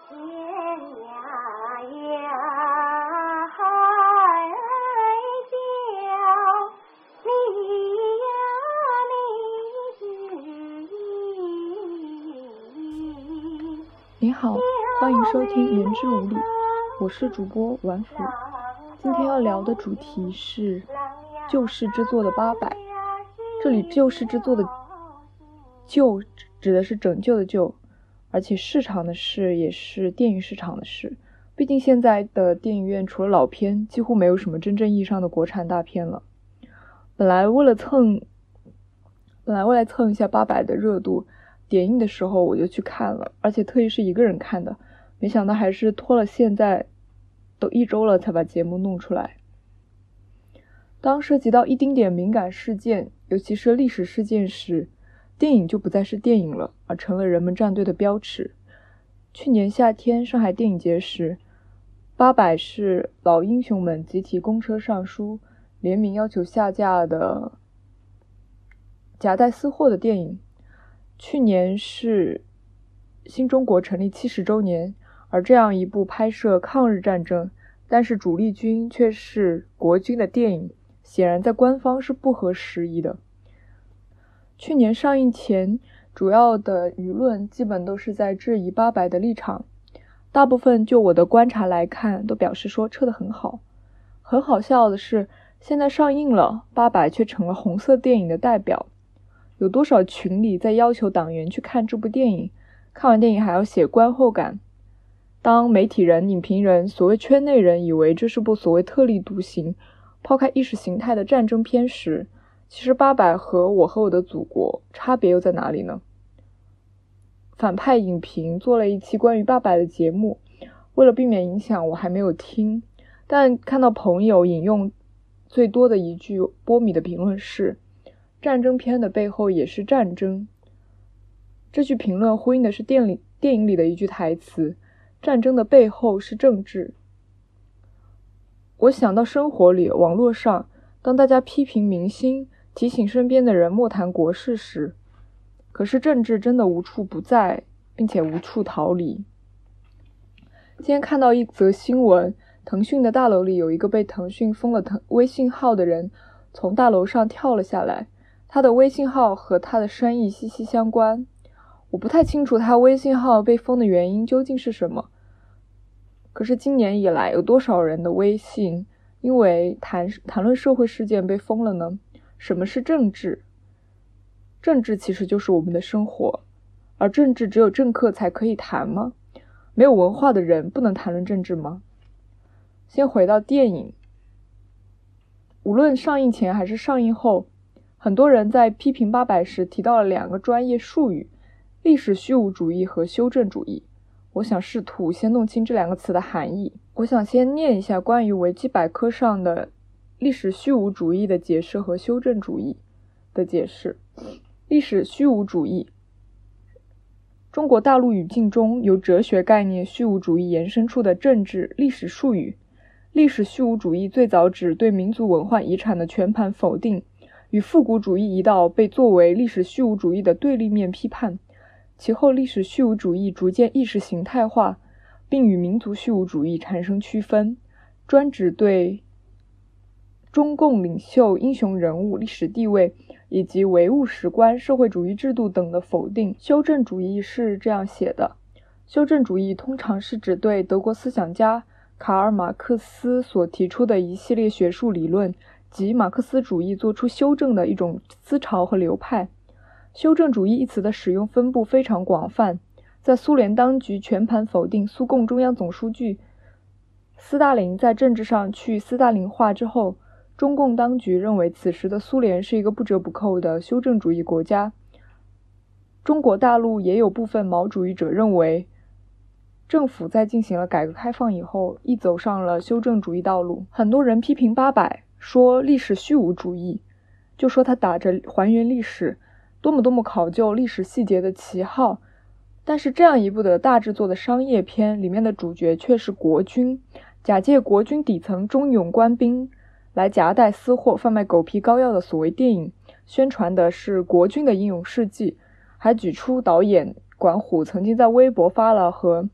你好，欢迎收听言之无理，我是主播丸福。今天要聊的主题是救世之作的八百。这里救世之作的救指的是拯救的救，而且市场的市也是电影市场的市。毕竟现在的电影院除了老片，几乎没有什么真正意义上的国产大片了。本来为了蹭一下八百的热度，点映的时候我就去看了，而且特意是一个人看的，没想到还是拖了现在都1周了才把节目弄出来。当涉及到一丁点敏感事件，尤其是历史事件时，电影就不再是电影了，而成了人们站队的标尺。去年夏天上海电影节时，八百是老英雄们集体公车上书，联名要求下架的夹带私货的电影。去年是新中国成立70周年，而这样一部拍摄抗日战争，但是主力军却是国军的电影，显然在官方是不合时宜的。去年上映前，主要的舆论基本都是在质疑八百的立场，大部分就我的观察来看，都表示说撤得很好。很好笑的是，现在上映了，八百却成了红色电影的代表。有多少群里在要求党员去看这部电影，看完电影还要写观后感。当媒体人、影评人、所谓圈内人以为这是部所谓特立独行、抛开意识形态的战争片时，其实八百和我和我的祖国差别又在哪里呢？反派影评做了一期关于八百的节目，为了避免影响我还没有听，但看到朋友引用最多的一句波米的评论是，战争片的背后也是战争。这句评论呼应的是电影里的一句台词，战争的背后是政治。我想到生活里，网络上，当大家批评明星，提醒身边的人莫谈国事时，可是政治真的无处不在，并且无处逃离。今天看到一则新闻，腾讯的大楼里有一个被腾讯封了微信号的人从大楼上跳了下来，他的微信号和他的生意息息相关。我不太清楚他微信号被封的原因究竟是什么，可是今年以来有多少人的微信因为谈论社会事件被封了呢？什么是政治？政治其实就是我们的生活，而政治只有政客才可以谈吗？没有文化的人不能谈论政治吗？先回到电影，无论上映前还是上映后，很多人在批评八百时提到了2个专业术语，历史虚无主义和修正主义。我想试图先弄清这2个词的含义。我想先念一下关于维基百科上的历史虚无主义的解释和修正主义的解释。历史虚无主义，中国大陆语境中由哲学概念虚无主义延伸出的政治历史术语。历史虚无主义最早指对民族文化遗产的全盘否定，与复古主义一道被作为历史虚无主义的对立面批判。其后历史虚无主义逐渐意识形态化，并与民族虚无主义产生区分，专指对中共领袖、英雄人物、历史地位以及唯物史观、社会主义制度等的否定。修正主义是这样写的：修正主义通常是指对德国思想家卡尔·马克思所提出的一系列学术理论及马克思主义做出修正的一种思潮和流派。修正主义一词的使用分布非常广泛，在苏联当局全盘否定苏共中央总书记斯大林在政治上去斯大林化之后，中共当局认为此时的苏联是一个不折不扣的修正主义国家。中国大陆也有部分毛主义者认为，政府在进行了改革开放以后，亦走上了修正主义道路。很多人批评八百，说历史虚无主义，就说他打着还原历史、多么考究历史细节的旗号，但是这样一部的大制作的商业片里面的主角却是国军，假借国军底层忠勇官兵来夹带私货、贩卖狗皮膏药的所谓电影，宣传的是国军的英勇事迹，还举出导演管虎曾经在微博发了和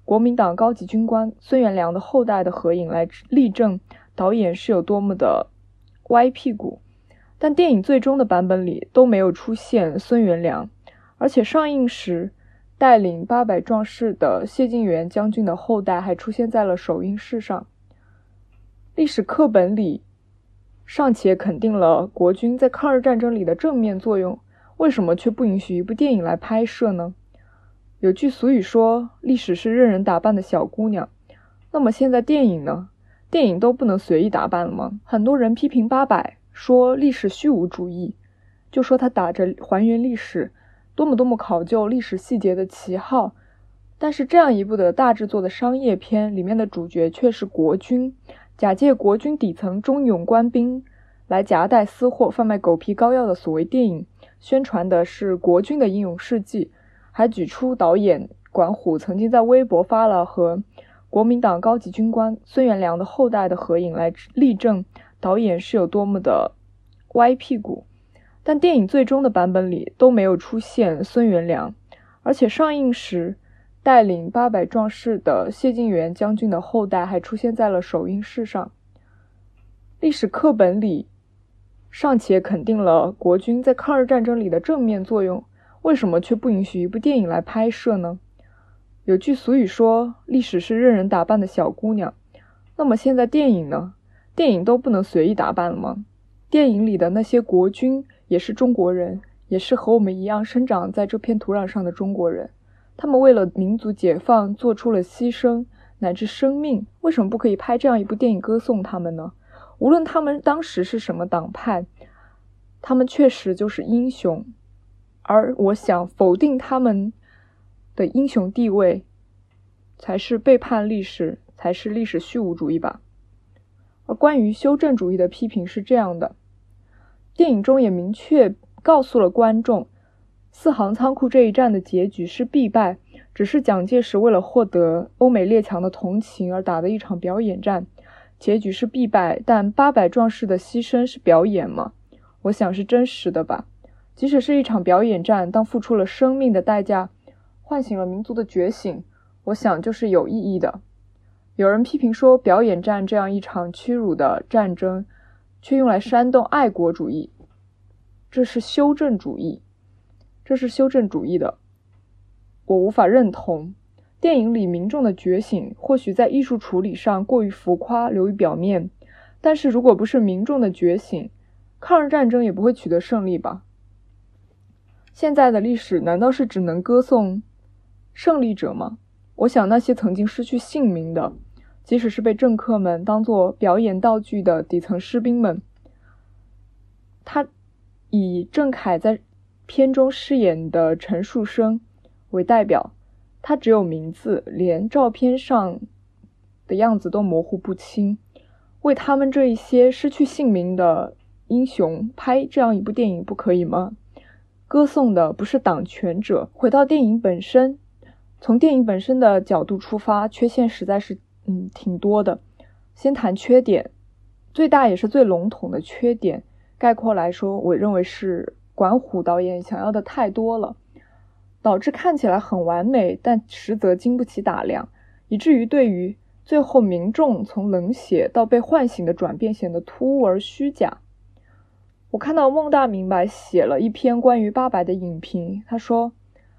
国民党高级军官孙元良的后代的合影来例证导演是有多么的歪屁股，但电影最终的版本里都没有出现孙元良，而且上映时带领800壮士的谢晋元将军的后代还出现在了首映式上。历史课本里尚且肯定了国军在抗日战争里的正面作用，为什么却不允许一部电影来拍摄呢？有句俗语说，历史是任人打扮的小姑娘。那么现在电影呢？电影都不能随意打扮了吗？很多人批评800，说历史虚无主义，就说他打着还原历史，多么考究历史细节的旗号。但是这样一部的大制作的商业片，里面的主角却是国军，假借国军底层忠勇官兵来夹带私货贩卖狗皮膏药的所谓电影，宣传的是国军的英勇事迹，还举出导演管虎曾经在微博发了和国民党高级军官孙元良的后代的合影来例证导演是有多么的歪屁股，但电影最终的版本里都没有出现孙元良，而且上映时带领800壮士的谢晋元将军的后代还出现在了首映式上。历史课本里尚且肯定了国军在抗日战争里的正面作用，为什么却不允许一部电影来拍摄呢？有句俗语说，历史是任人打扮的小姑娘。那么现在电影呢？电影都不能随意打扮了吗？电影里的那些国军也是中国人，也是和我们一样生长在这片土壤上的中国人，他们为了民族解放做出了牺牲乃至生命，为什么不可以拍这样一部电影歌颂他们呢？无论他们当时是什么党派，他们确实就是英雄，而我想否定他们的英雄地位才是背叛历史，才是历史虚无主义吧。而关于修正主义的批评是这样的，电影中也明确告诉了观众，四行仓库这一战的结局是必败，只是蒋介石为了获得欧美列强的同情而打的一场表演战，结局是必败，但800壮士的牺牲是表演吗？我想是真实的吧。即使是一场表演战，当付出了生命的代价，唤醒了民族的觉醒，我想就是有意义的。有人批评说，表演战这样一场屈辱的战争，却用来煽动爱国主义，这是修正主义，的，我无法认同。电影里民众的觉醒，或许在艺术处理上过于浮夸，流于表面，但是如果不是民众的觉醒，抗日战争也不会取得胜利吧。现在的历史难道是只能歌颂胜利者吗？我想那些曾经失去性命的，即使是被政客们当作表演道具的底层士兵们，他以郑恺在片中饰演的陈树生为代表，他只有名字，连照片上的样子都模糊不清。为他们这一些失去性命的英雄拍这样一部电影不可以吗？歌颂的不是党权者。回到电影本身，从电影本身的角度出发，缺陷实在是挺多的。先谈缺点，最大也是最笼统的缺点，概括来说，我认为是管虎导演想要的太多了，导致看起来很完美，但实则经不起打量，以至于对于最后民众从冷血到被唤醒的转变显得突兀而虚假。我看到孟大明白写了一篇关于800的影评，他说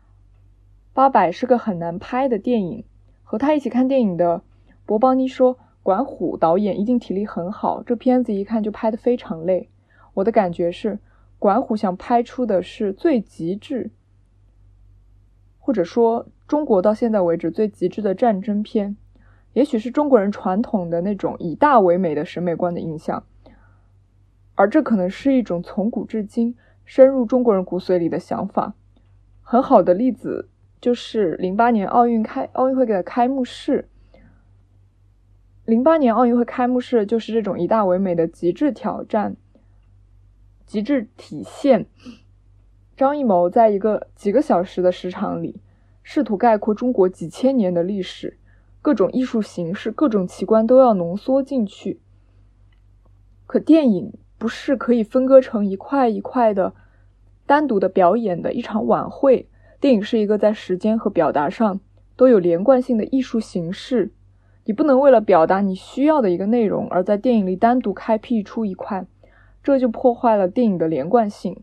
800是个很难拍的电影。和他一起看电影的博邦尼说，管虎导演一定体力很好，这片子一看就拍得非常累。我的感觉是，管虎想拍出的是最极致，或者说中国到现在为止最极致的战争片，也许是中国人传统的那种以大为美的审美观的印象，而这可能是一种从古至今深入中国人骨髓里的想法。很好的例子就是08年奥运会的开幕式。08年奥运会开幕式就是这种以大为美的极致挑战、极致体现。张艺谋在几个小时的时长里，试图概括中国几千年的历史，各种艺术形式、各种奇观都要浓缩进去。可电影不是可以分割成一块一块的单独的表演的一场晚会，电影是一个在时间和表达上都有连贯性的艺术形式，你不能为了表达你需要的一个内容而在电影里单独开辟出一块，这就破坏了电影的连贯性。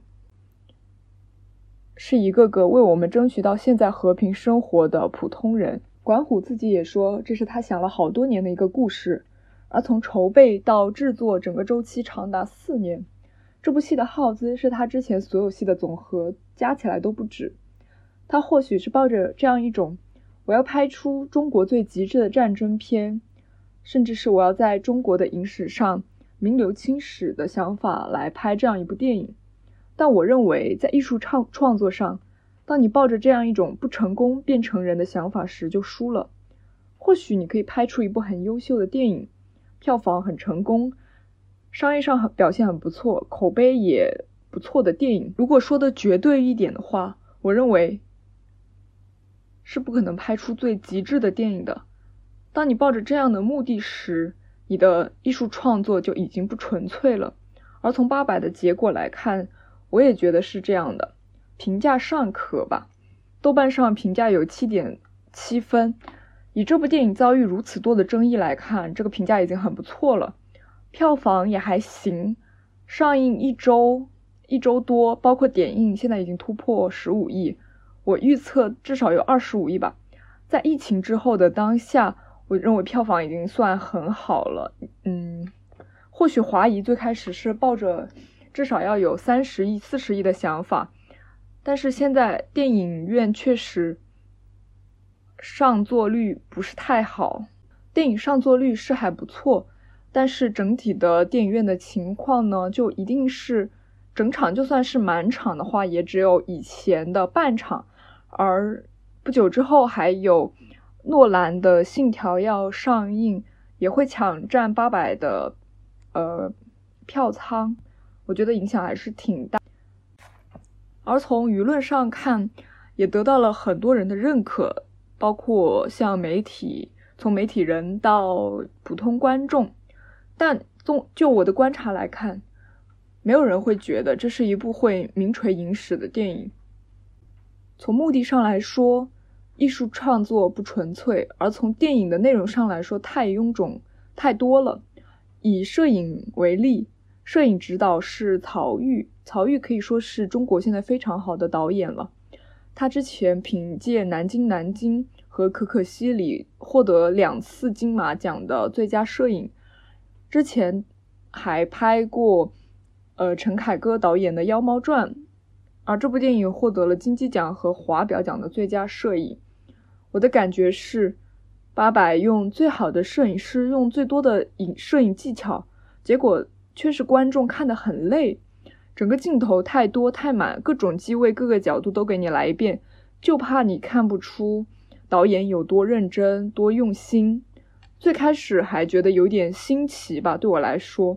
是一个个为我们争取到现在和平生活的普通人。管虎自己也说，这是他想了好多年的一个故事，而从筹备到制作整个周期长达4年。这部戏的耗资是他之前所有戏的总和加起来都不止。他或许是抱着这样一种我要拍出中国最极致的战争片，甚至是我要在中国的影史上名留青史的想法来拍这样一部电影。但我认为在艺术创作上，当你抱着这样一种不成功便成仁的想法时就输了。或许你可以拍出一部很优秀的电影，票房很成功，商业上表现很不错，口碑也不错的电影，如果说的绝对一点的话，我认为是不可能拍出最极致的电影的。当你抱着这样的目的时，你的艺术创作就已经不纯粹了。而从八佰的结果来看，我也觉得是这样的，评价尚可吧，豆瓣上评价有 7.7 分。以这部电影遭遇如此多的争议来看，这个评价已经很不错了。票房也还行，上映一周多，包括点映，现在已经突破15亿，我预测至少有25亿吧。在疫情之后的当下，我认为票房已经算很好了。或许华谊最开始是抱着至少要有30亿、40亿的想法，但是现在电影院确实上座率不是太好。电影上座率是还不错，但是整体的电影院的情况呢，就一定是整场就算是满场的话，也只有以前的半场。而不久之后还有诺兰的《信条》要上映，也会抢占八佰的票仓，我觉得影响还是挺大。而从舆论上看，也得到了很多人的认可，包括像媒体，从媒体人到普通观众。但就我的观察来看，没有人会觉得这是一部会名垂影史的电影。从目的上来说，艺术创作不纯粹，而从电影的内容上来说，太臃肿太多了。以摄影为例，摄影指导是曹郁可以说是中国现在非常好的导演了。他之前凭借南京和可可西里获得2次金马奖的最佳摄影，之前还拍过陈凯歌导演的《妖猫传》，而这部电影获得了金鸡奖和华表奖的最佳摄影。我的感觉是，八佰用最好的摄影师，用最多的摄影技巧，结果却是观众看得很累。整个镜头太多太满，各种机位各个角度都给你来一遍，就怕你看不出导演有多认真多用心。最开始还觉得有点新奇吧，对我来说。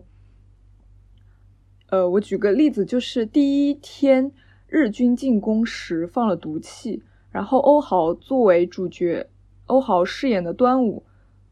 我举个例子，就是第1天日军进攻时放了毒气，然后欧豪作为主角，欧豪饰演的端午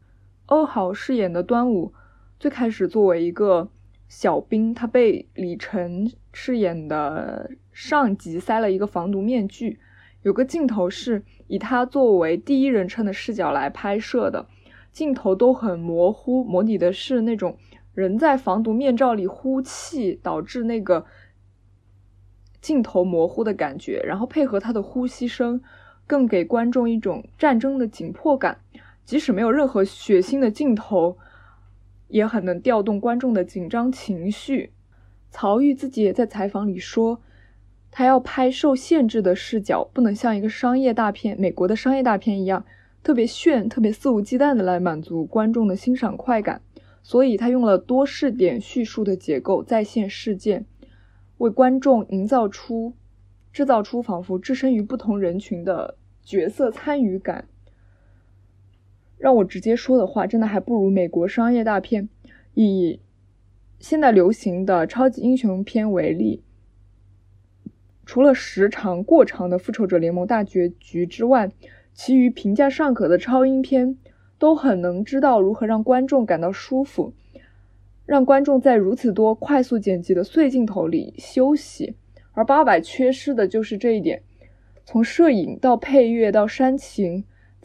最开始作为一个小兵，他被李晨饰演的上级塞了一个防毒面具，有个镜头是以他作为第一人称的视角来拍摄的，镜头都很模糊，模拟的是那种人在防毒面罩里呼气导致那个镜头模糊的感觉，然后配合他的呼吸声，更给观众一种战争的紧迫感。即使没有任何血腥的镜头，也很能调动观众的紧张情绪。曹郁自己也在采访里说，他要拍受限制的视角，不能像一个商业大片，美国的商业大片一样，特别炫，特别肆无忌惮的来满足观众的欣赏快感。所以他用了多视点叙述的结构，再现事件，为观众制造出仿佛置身于不同人群的角色参与感。让我直接说的话，真的还不如美国商业大片。以现在流行的超级英雄片为例，除了时长过长的复仇者联盟大结局之外，其余评价尚可的超英片都很能知道如何让观众感到舒服，让观众在如此多快速剪辑的碎镜头里休息。而八佰缺失的就是这一点，从摄影到配乐到煽情，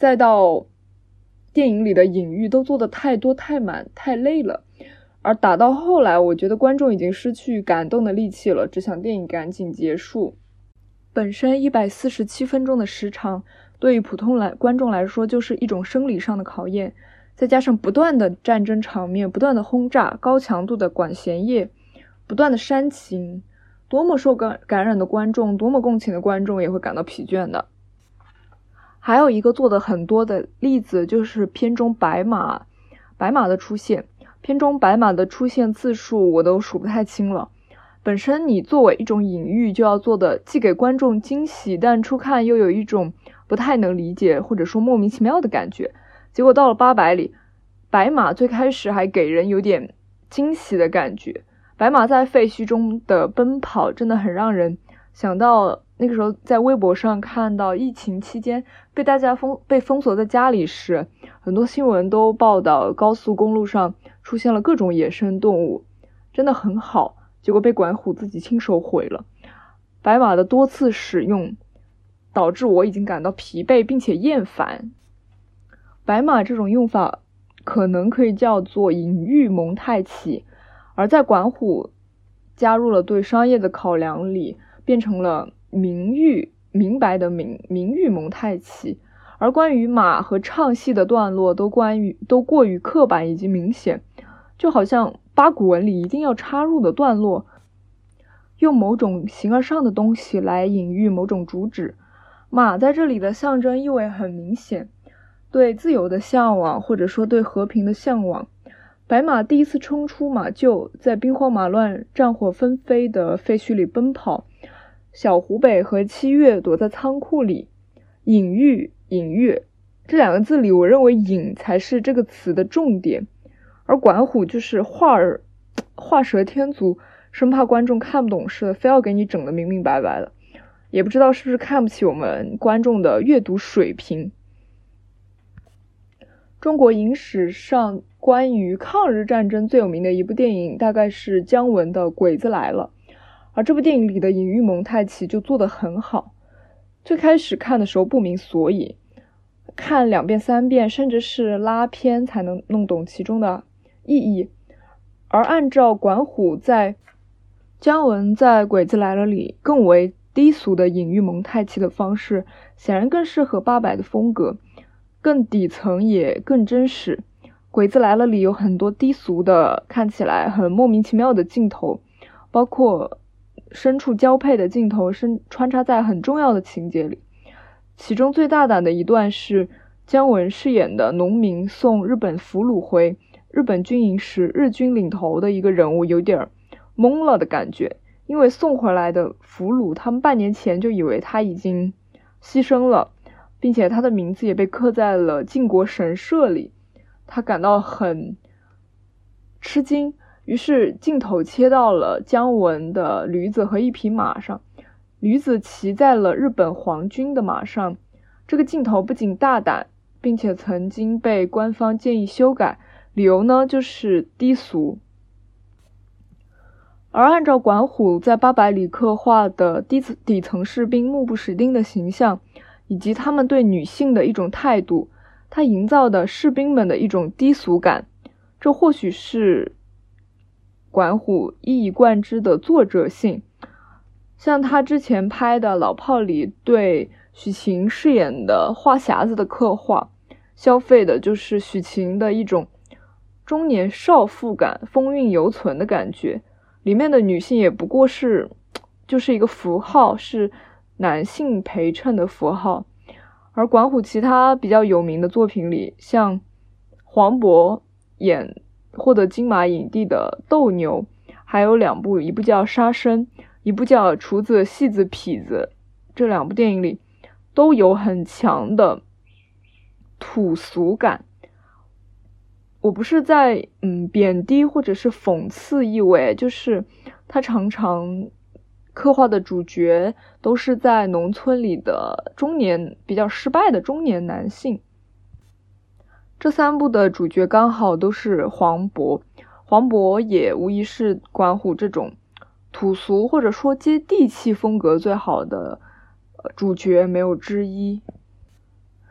再到电影里的隐喻都做得太多太满太累了，而打到后来我觉得观众已经失去感动的力气了，只想电影赶紧结束。本身147分钟的时长对于普通观众来说就是一种生理上的考验，再加上不断的战争场面，不断的轰炸，高强度的管弦乐，不断的煽情，多么受感染的观众，多么共情的观众也会感到疲倦的。还有一个做的很多的例子就是片中白马的出现，片中白马的出现次数我都数不太清了。本身你作为一种隐喻就要做的既给观众惊喜，但初看又有一种不太能理解或者说莫名其妙的感觉，结果到了800里，白马最开始还给人有点惊喜的感觉。白马在废墟中的奔跑真的很让人想到那个时候在微博上看到疫情期间大家被封锁在家里时，很多新闻都报道高速公路上出现了各种野生动物，真的很好，结果被管虎自己亲手毁了。白马的多次使用导致我已经感到疲惫并且厌烦。白马这种用法可能可以叫做隐喻蒙太奇，而在管虎加入了对商业的考量里，变成了明白的明喻蒙太奇。而关于马和唱戏的段落都过于刻板以及明显，就好像八股文里一定要插入的段落，用某种形而上的东西来隐喻某种主旨。马在这里的象征意味很明显，对自由的向往，或者说对和平的向往。白马第一次冲出马厩，在兵荒马乱、战火纷飞的废墟里奔跑，小湖北和七月躲在仓库里。隐喻这两个字里，我认为隐才是这个词的重点，而管虎就是画蛇添足，生怕观众看不懂似的，非要给你整得明明白白的，也不知道是不是看不起我们观众的阅读水平。中国影史上关于抗日战争最有名的一部电影大概是姜文的《鬼子来了》，而这部电影里的隐喻蒙太奇就做得很好。最开始看的时候不明所以，看2遍3遍甚至是拉片才能弄懂其中的意义，而按照姜文在《鬼子来了》里更为低俗的隐喻蒙太奇的方式，显然更适合800的风格，更底层也更真实。《鬼子来了》里有很多低俗的看起来很莫名其妙的镜头，包括牲畜交配的镜头穿插在很重要的情节里。其中最大胆的一段是姜文饰演的农民送日本俘虏回日本军营时，日军领头的一个人物有点懵了的感觉，因为送回来的俘虏他们半年前就以为他已经牺牲了，并且他的名字也被刻在了靖国神社里，他感到很吃惊，于是镜头切到了姜文的驴子和一匹马上，驴子骑在了日本皇军的马上。这个镜头不仅大胆，并且曾经被官方建议修改，理由呢就是低俗。而按照管虎在800里刻画的底层士兵目不识丁的形象，以及他们对女性的一种态度，他营造的士兵们的一种低俗感，这或许是管虎一以贯之的作者性。像他之前拍的《老炮》里对许晴饰演的花匣子的刻画，消费的就是许晴的一种中年少妇感，风韵犹存的感觉。里面的女性也不过就是一个符号，是男性陪衬的符号。而管虎其他比较有名的作品里，像黄渤获得金马影帝的《斗牛》，还有2部，一部叫《杀生》，一部叫《厨子戏子痞子》，这2部电影里都有很强的土俗感。我不是在贬低或者是讽刺意味，就是他常常刻画的主角都是在农村里的比较失败的中年男性。这3部的主角刚好都是黄渤也无疑是管虎这种土俗或者说接地气风格最好的主角，没有之一。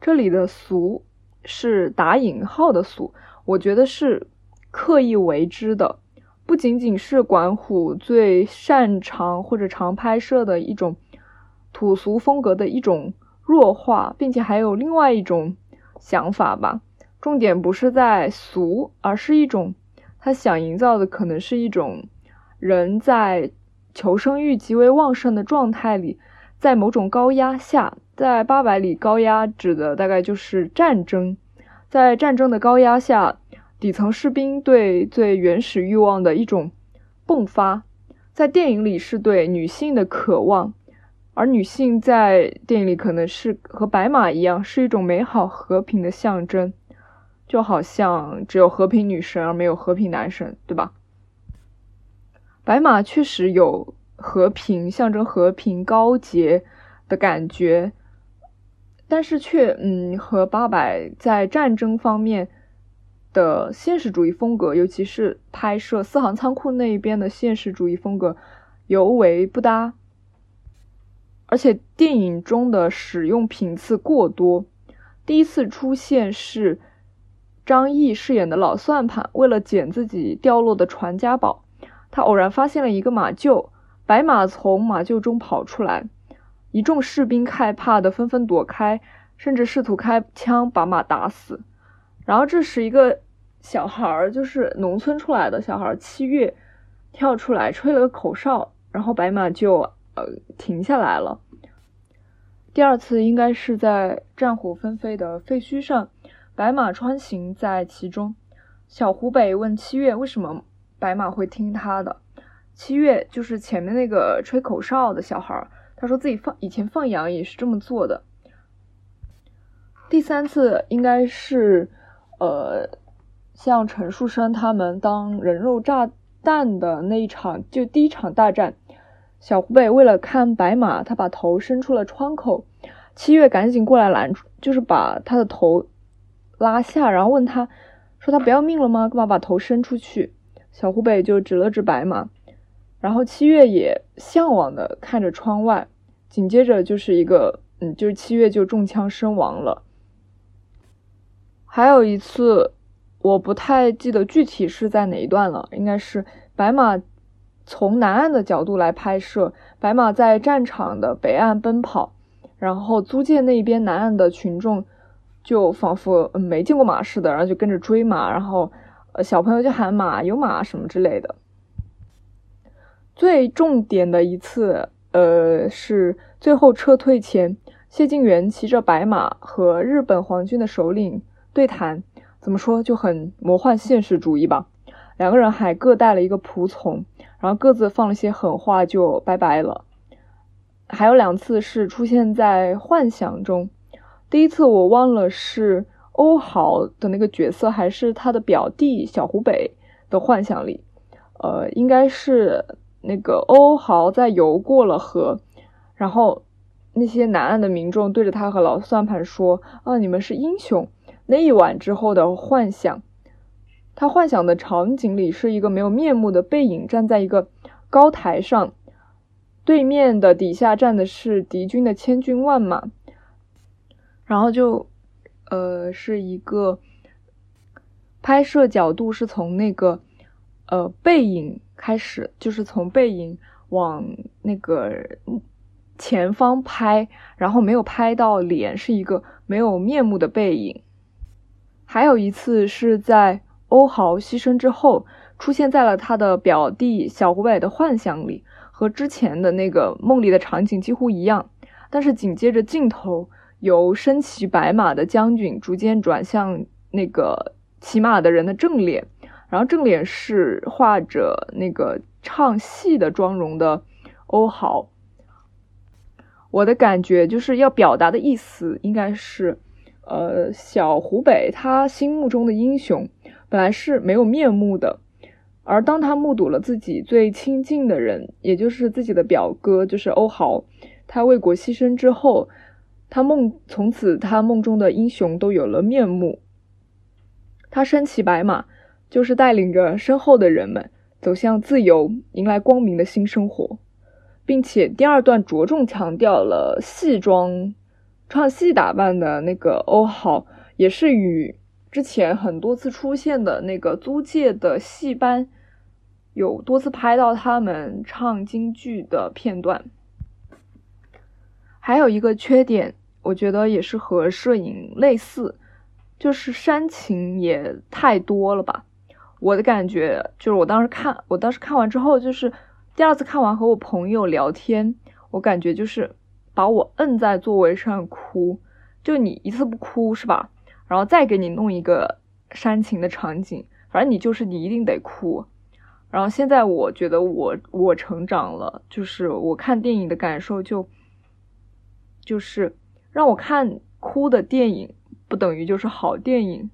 这里的俗是打引号的俗，我觉得是刻意为之的，不仅仅是管虎最擅长或者常拍摄的一种土俗风格的一种弱化，并且还有另外一种想法吧。重点不是在俗，而是一种他想营造的可能是一种人在求生欲极为旺盛的状态里，在某种高压下，在800里高压指的大概就是战争，在战争的高压下，底层士兵对最原始欲望的一种迸发，在电影里是对女性的渴望，而女性在电影里可能是和白马一样，是一种美好和平的象征，就好像只有和平女神而没有和平男神，对吧？白马确实有和平，象征和平高洁的感觉，但是却和800在战争方面的现实主义风格，尤其是拍摄四行仓库那一边的现实主义风格尤为不搭，而且电影中的使用频次过多。第一次出现是张译饰演的老算盘，为了捡自己掉落的传家宝，他偶然发现了一个马厩，白马从马厩中跑出来，一众士兵害怕的纷纷躲开，甚至试图开枪把马打死。然后这时一个小孩，就是农村出来的小孩7月跳出来吹了个口哨，然后白马就停下来了。第二次应该是在战火纷飞的废墟上，白马穿行在其中。小湖北问7月为什么白马会听他的，7月就是前面那个吹口哨的小孩，他说自己以前放羊也是这么做的。第三次应该是像陈树生他们当人肉炸弹的那一场，就第一场大战，小湖北为了看白马，他把头伸出了窗口，7月赶紧过来拦住，就是把他的头拉下，然后问他说他不要命了吗？干嘛把头伸出去？小湖北就指了指白马，然后7月也向往的看着窗外，紧接着就是一个就是7月就中枪身亡了。还有一次我不太记得具体是在哪一段了，应该是白马从南岸的角度来拍摄，白马在战场的北岸奔跑，然后租界那边南岸的群众就仿佛没见过马似的，然后就跟着追马，然后小朋友就喊马有马什么之类的。最重点的一次是最后撤退前，谢晋元骑着白马和日本皇军的首领对谈，怎么说就很魔幻现实主义吧。两个人还各带了一个仆从，然后各自放了些狠话就拜拜了。还有2次是出现在幻想中，第一次我忘了是欧豪的那个角色还是他的表弟小湖北的幻想里，应该是那个欧豪在游过了河，然后那些南岸的民众对着他和老算盘说你们是英雄。那一晚之后的幻想，他幻想的场景里是一个没有面目的背影站在一个高台上，对面的底下站的是敌军的千军万马，然后就是一个拍摄角度是从那个背影开始，就是从背影往那个前方拍，然后没有拍到脸，是一个没有面目的背影。还有一次是在欧豪牺牲之后，出现在了他的表弟小湖北的幻想里，和之前的那个梦里的场景几乎一样，但是紧接着镜头由身骑白马的将军逐渐转向那个骑马的人的正脸，然后正脸是画着那个唱戏的妆容的欧豪。我的感觉就是要表达的意思应该是小湖北他心目中的英雄本来是没有面目的，而当他目睹了自己最亲近的人，也就是自己的表哥，就是欧豪，他为国牺牲之后，从此他梦中的英雄都有了面目。他身骑白马，就是带领着身后的人们走向自由，迎来光明的新生活，并且第2段着重强调了戏装穿戏打扮的那个欧豪，也是与之前很多次出现的那个租界的戏班有多次拍到他们唱京剧的片段。还有一个缺点，我觉得也是和摄影类似，就是煽情也太多了吧。我的感觉就是我当时看完之后，就是第二次看完和我朋友聊天，我感觉就是把我摁在座位上哭，就你一次不哭是吧，然后再给你弄一个煽情的场景，反正你一定得哭。然后现在我觉得我成长了，就是我看电影的感受就是让我看哭的电影不等于就是好电影。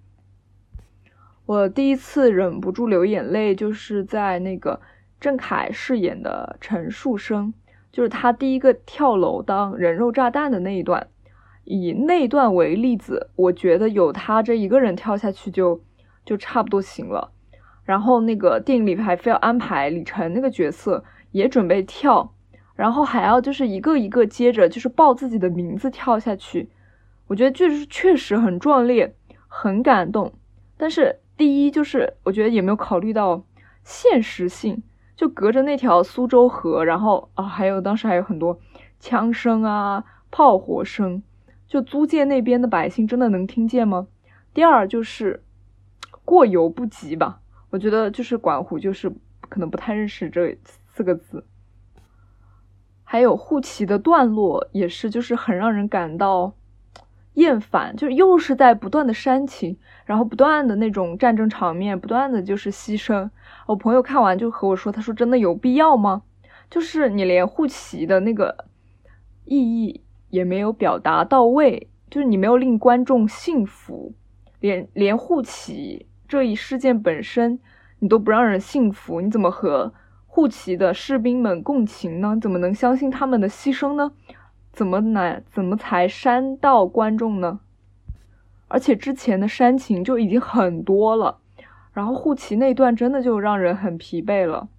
我第一次忍不住流眼泪，就是在那个郑恺饰演的陈树生，就是他第一个跳楼当人肉炸弹的那一段。以那一段为例子，我觉得有他这一个人跳下去就差不多行了。然后那个电影里还非要安排李晨那个角色也准备跳，然后还要就是一个一个接着就是报自己的名字跳下去。我觉得就是确实很壮烈，很感动。但是第一就是我觉得也没有考虑到现实性，就隔着那条苏州河，然后当时还有很多枪声啊、炮火声，就租界那边的百姓真的能听见吗？第二就是过犹不及吧，我觉得就是管虎就是可能不太认识这4个字。还有护旗的段落也是就是很让人感到厌烦，就是又是在不断的煽情，然后不断的那种战争场面，不断的就是牺牲。我朋友看完就和我说，他说真的有必要吗？就是你连护旗的那个意义也没有表达到位，就是你没有令观众信服，连护旗这一事件本身你都不让人信服，你怎么和护旗的士兵们共情呢？怎么能相信他们的牺牲呢？怎么才煽到观众呢？而且之前的煽情就已经很多了，然后护旗那段真的就让人很疲惫了。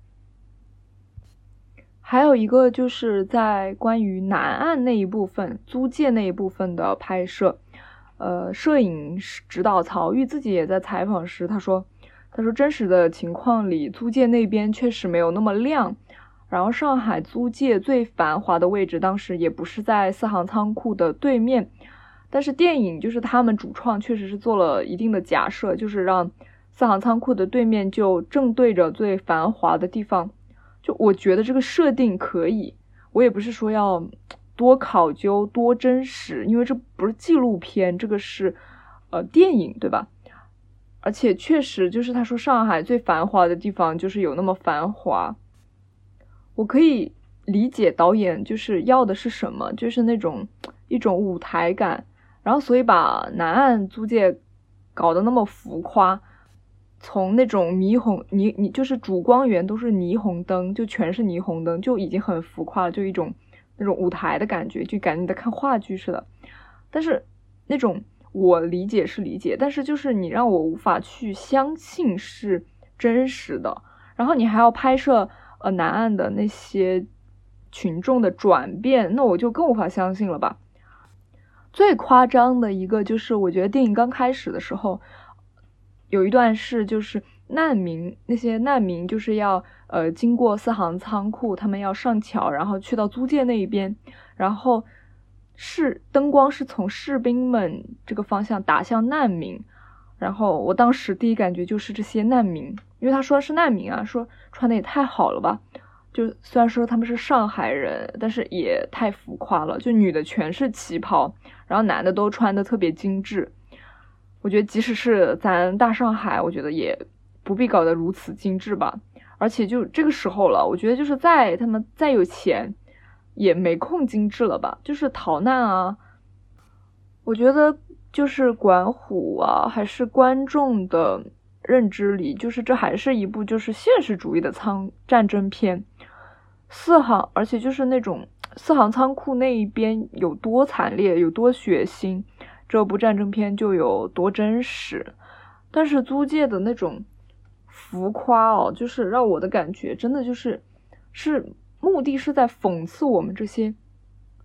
还有一个就是在关于南岸那一部分，租界那一部分的拍摄，摄影指导曹郁自己也在采访时他说真实的情况里，租界那边确实没有那么亮。然后上海租界最繁华的位置当时也不是在四行仓库的对面，但是电影就是他们主创确实是做了一定的假设，就是让四行仓库的对面就正对着最繁华的地方。就我觉得这个设定可以，我也不是说要多考究多真实，因为这不是纪录片，这个是电影对吧？而且确实就是他说上海最繁华的地方就是有那么繁华。我可以理解导演就是要的是什么，就是那种一种舞台感，然后所以把南岸租界搞得那么浮夸，从那种就是主光源都是霓虹灯，就全是霓虹灯，就已经很浮夸了，就一种那种舞台的感觉，就感觉你在看话剧似的。但是那种我理解是理解，但是就是你让我无法去相信是真实的，然后你还要拍摄南岸的那些群众的转变，那我就更无法相信了吧。最夸张的一个就是我觉得电影刚开始的时候有一段是就是那些难民就是要经过四行仓库，他们要上桥，然后去到租界那一边，然后灯光是从士兵们这个方向打向难民，然后我当时第一感觉就是这些难民，因为他说是难民啊，说穿的也太好了吧，就虽然说他们是上海人，但是也太浮夸了，就女的全是旗袍，然后男的都穿的特别精致。我觉得即使是咱大上海，我觉得也不必搞得如此精致吧。而且就这个时候了，我觉得就是他们再有钱也没空精致了吧，就是逃难啊。我觉得就是管虎啊还是观众的认知里，就是这还是一部就是现实主义的战争片。而且就是那种四行仓库那一边有多惨烈有多血腥，这部战争片就有多真实。但是租界的那种浮夸就是让我的感觉真的就是目的是在讽刺我们这些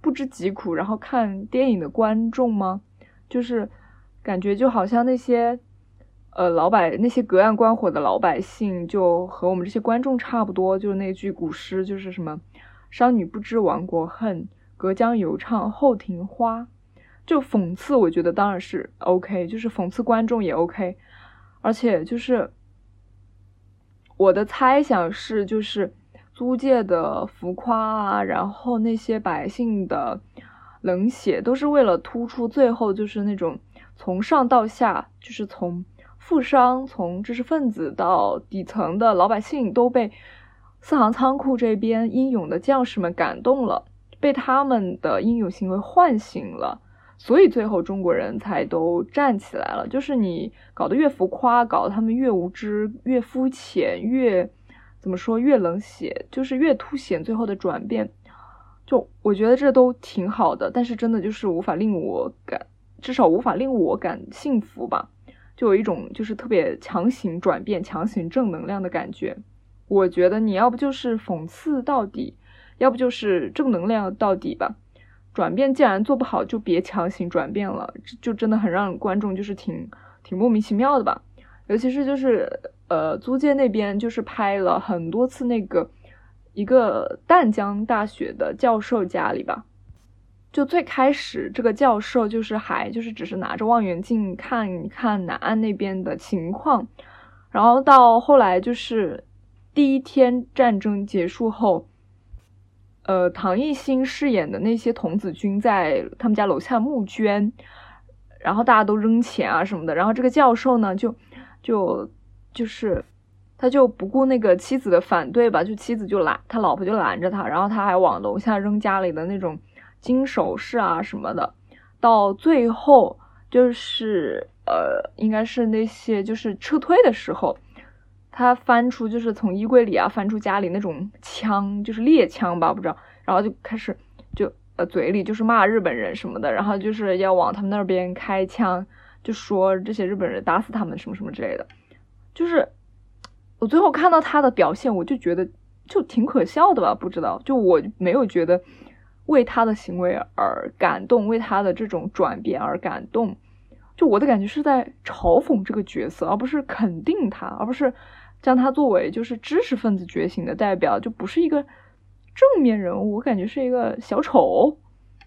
不知疾苦然后看电影的观众吗？就是感觉就好像那些那些隔岸观火的老百姓就和我们这些观众差不多，就是那句古诗，就是什么商女不知亡国恨，隔江犹唱后庭花。就讽刺我觉得当然是 OK， 就是讽刺观众也 OK， 而且就是我的猜想是就是租界的浮夸啊，然后那些百姓的冷血都是为了突出最后就是那种从上到下，就是从富商从知识分子到底层的老百姓都被四行仓库这边英勇的将士们感动了，被他们的英勇行为唤醒了，所以最后中国人才都站起来了。就是你搞得越浮夸，搞得他们越无知越肤浅，越怎么说越冷血，就是越凸显最后的转变。就我觉得这都挺好的，但是真的就是至少无法令我感幸福吧，就有一种就是特别强行转变强行正能量的感觉。我觉得你要不就是讽刺到底，要不就是正能量到底吧。转变既然做不好，就别强行转变了，就真的很让观众就是挺莫名其妙的吧。尤其是就是租界那边就是拍了很多次那个一个淡江大学的教授家里吧。就最开始这个教授就是只是拿着望远镜看一看南岸那边的情况，然后到后来就是第一天战争结束后，唐艺昕饰演的那些童子军在他们家楼下募捐，然后大家都扔钱啊什么的，然后这个教授呢就是他就不顾那个妻子的反对吧，就妻子他老婆就拦着他，然后他还往楼下扔家里的那种金首饰啊什么的，到最后就是应该是那些就是撤退的时候，他就是从衣柜里啊翻出家里那种枪，就是猎枪吧，不知道，然后就开始嘴里就是骂日本人什么的，然后就是要往他们那边开枪，就说这些日本人打死他们什么什么之类的。就是我最后看到他的表现，我就觉得就挺可笑的吧，不知道，就我没有觉得为他的行为而感动，为他的这种转变而感动，就我的感觉是在嘲讽这个角色，而不是肯定他，而不是将他作为就是知识分子觉醒的代表，就不是一个正面人物，我感觉是一个小丑。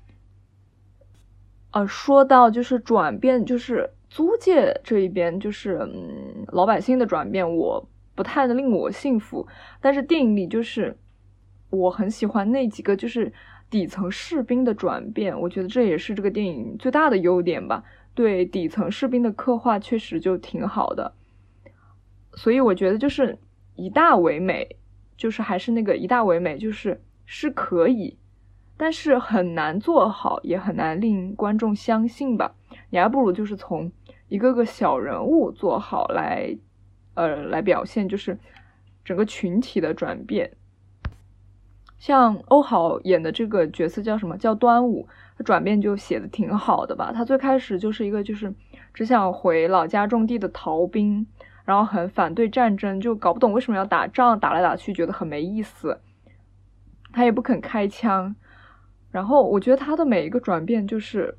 说到就是转变，就是租界这一边，就是老百姓的转变，我不太能令我信服，但是电影里就是我很喜欢那几个就是底层士兵的转变，我觉得这也是这个电影最大的优点吧，对底层士兵的刻画确实就挺好的。所以我觉得就是以大为美，就是还是那个以大为美，是可以，但是很难做好，也很难令观众相信吧。你还不如就是从一个个小人物做好来表现，就是整个群体的转变。像欧豪演的这个角色叫什么？叫端午，他转变就写的挺好的吧。他最开始就是一个就是只想回老家种地的逃兵，然后很反对战争，就搞不懂为什么要打仗，打来打去觉得很没意思，他也不肯开枪。然后我觉得他的每一个转变就是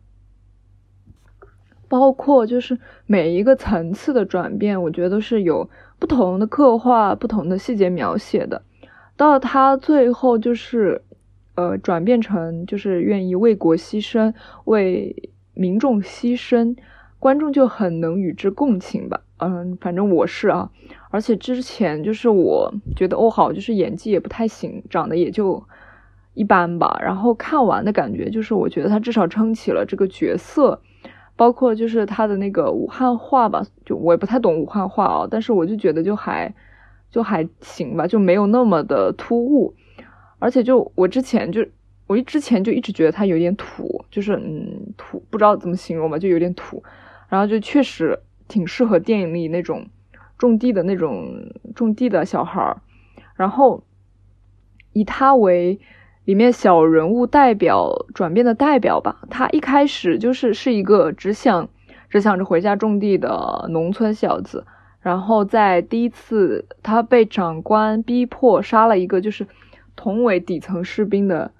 包括就是每一个层次的转变，我觉得是有不同的刻画，不同的细节描写的。到他最后就是转变成就是愿意为国牺牲，为民众牺牲，观众就很能与之共情吧。反正我是啊，而且之前就是我觉得欧豪就是演技也不太行，长得也就一般吧，然后看完的感觉就是我觉得他至少撑起了这个角色，包括就是他的那个武汉话吧，就我也不太懂武汉话啊，但是我就觉得就还行吧，就没有那么的突兀。而且就我之前就一直觉得他有点土，就是土不知道怎么形容吧，就有点土，然后就确实挺适合电影里那种种地的小孩，然后以他为里面小人物代表转变的代表吧。他一开始是一个只想着回家种地的农村小子，然后在第一次他被长官逼迫杀了一个就是同为底层士兵的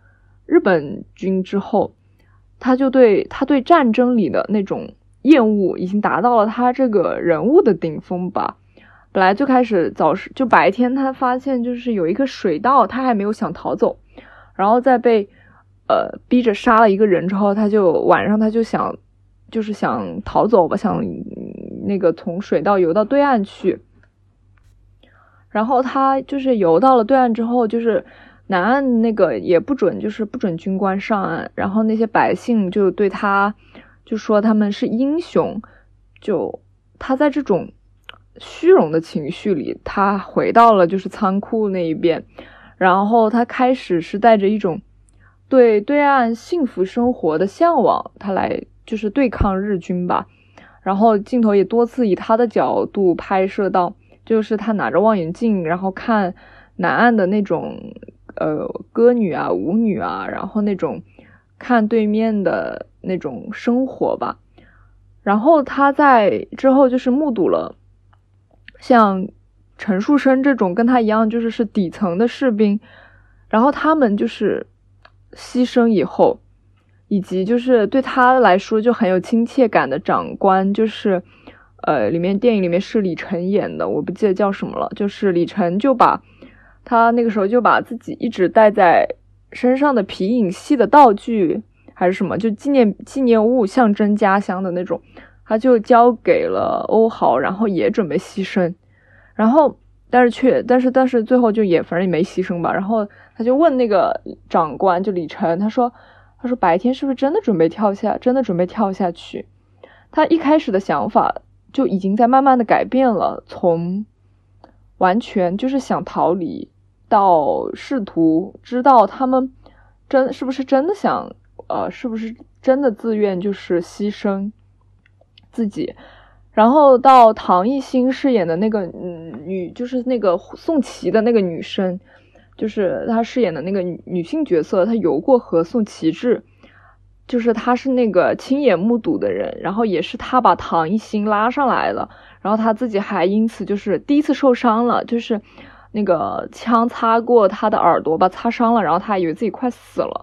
日本军之后，他对战争里的那种厌恶已经达到了他这个人物的顶峰吧。本来就开始就白天他发现就是有一个水道，他还没有想逃走，然后再被逼着杀了一个人之后，晚上他就想逃走吧，想那个从水道游到对岸去。然后他就是游到了对岸之后，就是南岸那个也不准军官上岸，然后那些百姓就对他就说他们是英雄，就他在这种虚荣的情绪里，他回到了就是仓库那一边，然后他开始是带着一种对对岸幸福生活的向往，他来就是对抗日军吧。然后镜头也多次以他的角度拍摄到，就是他拿着望远镜，然后看南岸的那种歌女啊、舞女啊，然后那种看对面的那种生活吧。然后他在之后就是目睹了像陈树生这种跟他一样就是底层的士兵，然后他们就是牺牲以后，以及就是对他来说就很有亲切感的长官，就是电影里面是李晨演的，我不记得叫什么了，就是李晨就把他那个时候就把自己一直带在身上的皮影戏的道具还是什么，就纪念物象征家乡的那种，他就交给了欧豪，然后也准备牺牲，然后但是最后就反正也没牺牲吧。然后他就问那个长官就李晨，他说白天是不是真的准备跳下去？他一开始的想法就已经在慢慢的改变了，从完全就是想逃离到试图知道他们是不是真的想是不是真的自愿就是牺牲自己。然后到唐艺昕饰演的那个就是那个宋琦的那个女生，就是她饰演的那个女性角色，她游过河宋琦志，就是她是那个亲眼目睹的人，然后也是她把唐艺昕拉上来了，然后她自己还因此就是第一次受伤了，就是那个枪擦过她的耳朵吧，擦伤了，然后她还以为自己快死了。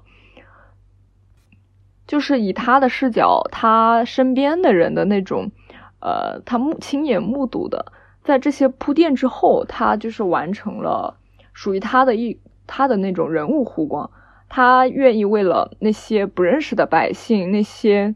就是以她的视角，她身边的人的那种他亲眼目睹的，在这些铺垫之后，他就是完成了属于他的那种人物弧光。他愿意为了那些不认识的百姓，那些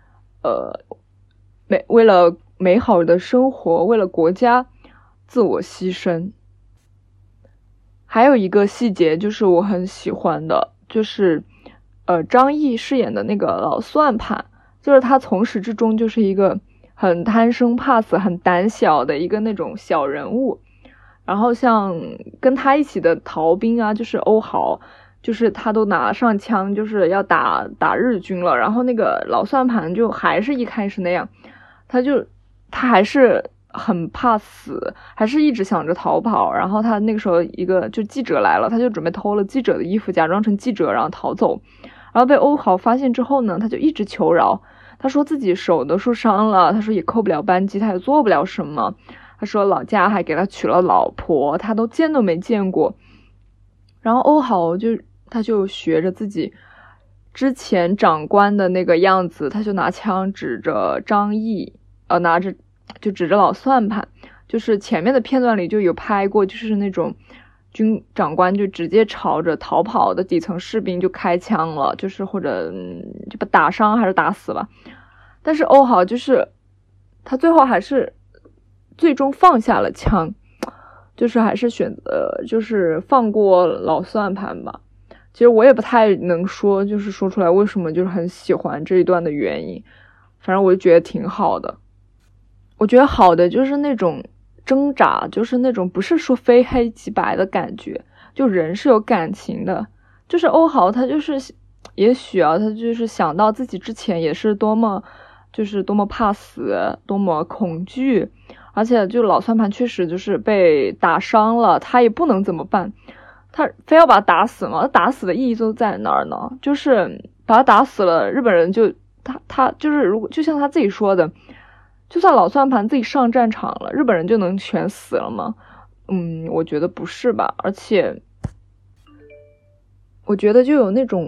为了美好的生活，为了国家自我牺牲。还有一个细节就是我很喜欢的，就是张译饰演的那个老算盘，就是他从始至终就是一个很贪生怕死、很胆小的一个那种小人物。然后像跟他一起的逃兵啊，就是欧豪，就是他都拿上枪，就是要打日军了。然后那个老算盘就还是一开始那样，他还是很怕死，还是一直想着逃跑。然后他那个时候一个就记者来了，他就准备偷了记者的衣服，假装成记者，然后逃走。然后被欧豪发现之后呢，他就一直求饶。他说自己手都受伤了，他说也扣不了扳机，他也做不了什么。他说老家还给他娶了老婆，他都见都没见过。然后欧豪他就学着自己之前长官的那个样子，他就拿枪指着张译，指着老算盘。就是前面的片段里就有拍过，就是那种军长官就直接朝着逃跑的底层士兵就开枪了，就是或者就把打伤还是打死吧。但是欧豪就是他最后还是最终放下了枪，就是还是选择就是放过老算盘吧。其实我也不太能说出来为什么就是很喜欢这一段的原因，反正我就觉得挺好的。我觉得好的就是那种挣扎，就是那种不是说非黑即白的感觉，就人是有感情的。就是欧豪他就是也许他就是想到自己之前也是多么怕死，多么恐惧，而且就老算盘确实就是被打伤了，他也不能怎么办，他非要把他打死吗？他打死的意义都在哪儿呢？就是把他打死了，日本人就他就是如果就像他自己说的，就算老算盘自己上战场了，日本人就能全死了吗？我觉得不是吧。而且我觉得就有那种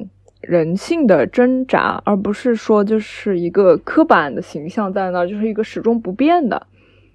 人性的挣扎，而不是说就是一个刻板的形象在那儿，就是一个始终不变的。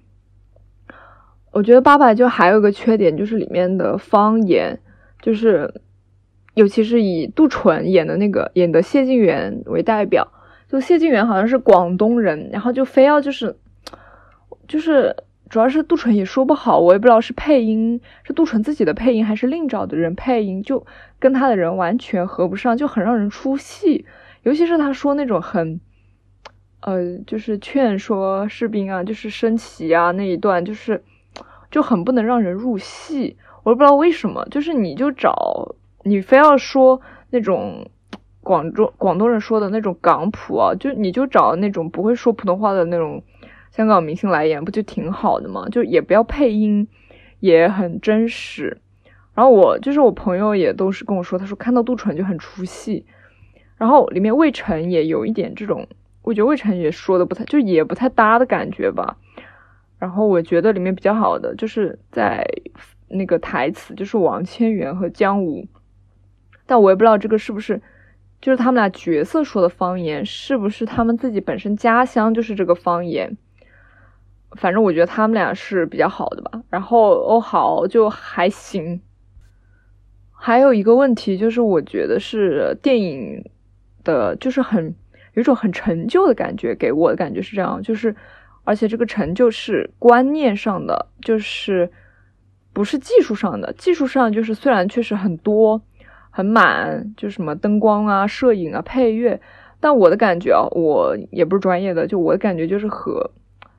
我觉得《八佰》就还有一个缺点，就是里面的方言，就是尤其是以杜淳演的谢晋元为代表，就谢晋元好像是广东人，然后就非要就是主要是杜淳也说不好，我也不知道是配音是杜淳自己的配音还是另找的人配音，就跟他的人完全合不上，就很让人出戏。尤其是他说那种很就是劝说士兵啊，就是升旗啊那一段，就很不能让人入戏。我都不知道为什么，就是你非要说那种广东人说的那种港普啊，你就找那种不会说普通话的那种香港明星来演，不就挺好的吗？就也不要配音，也很真实。然后我朋友也都是跟我说，他说看到杜淳就很出戏。然后里面魏晨也有一点这种，我觉得魏晨也说的也不太搭的感觉吧。然后我觉得里面比较好的就是在那个台词，就是王千源和姜武，但我也不知道这个是不是就是他们俩角色说的方言，是不是他们自己本身家乡就是这个方言。反正我觉得他们俩是比较好的吧。然后欧豪就还行。还有一个问题就是我觉得是电影的就是有一种很陈旧的感觉，给我的感觉是这样，就是而且这个成就是观念上的，就是不是技术上的。技术上就是虽然确实很多很满，就什么灯光啊摄影啊配乐，但我的感觉啊，我也不是专业的，就我的感觉就是和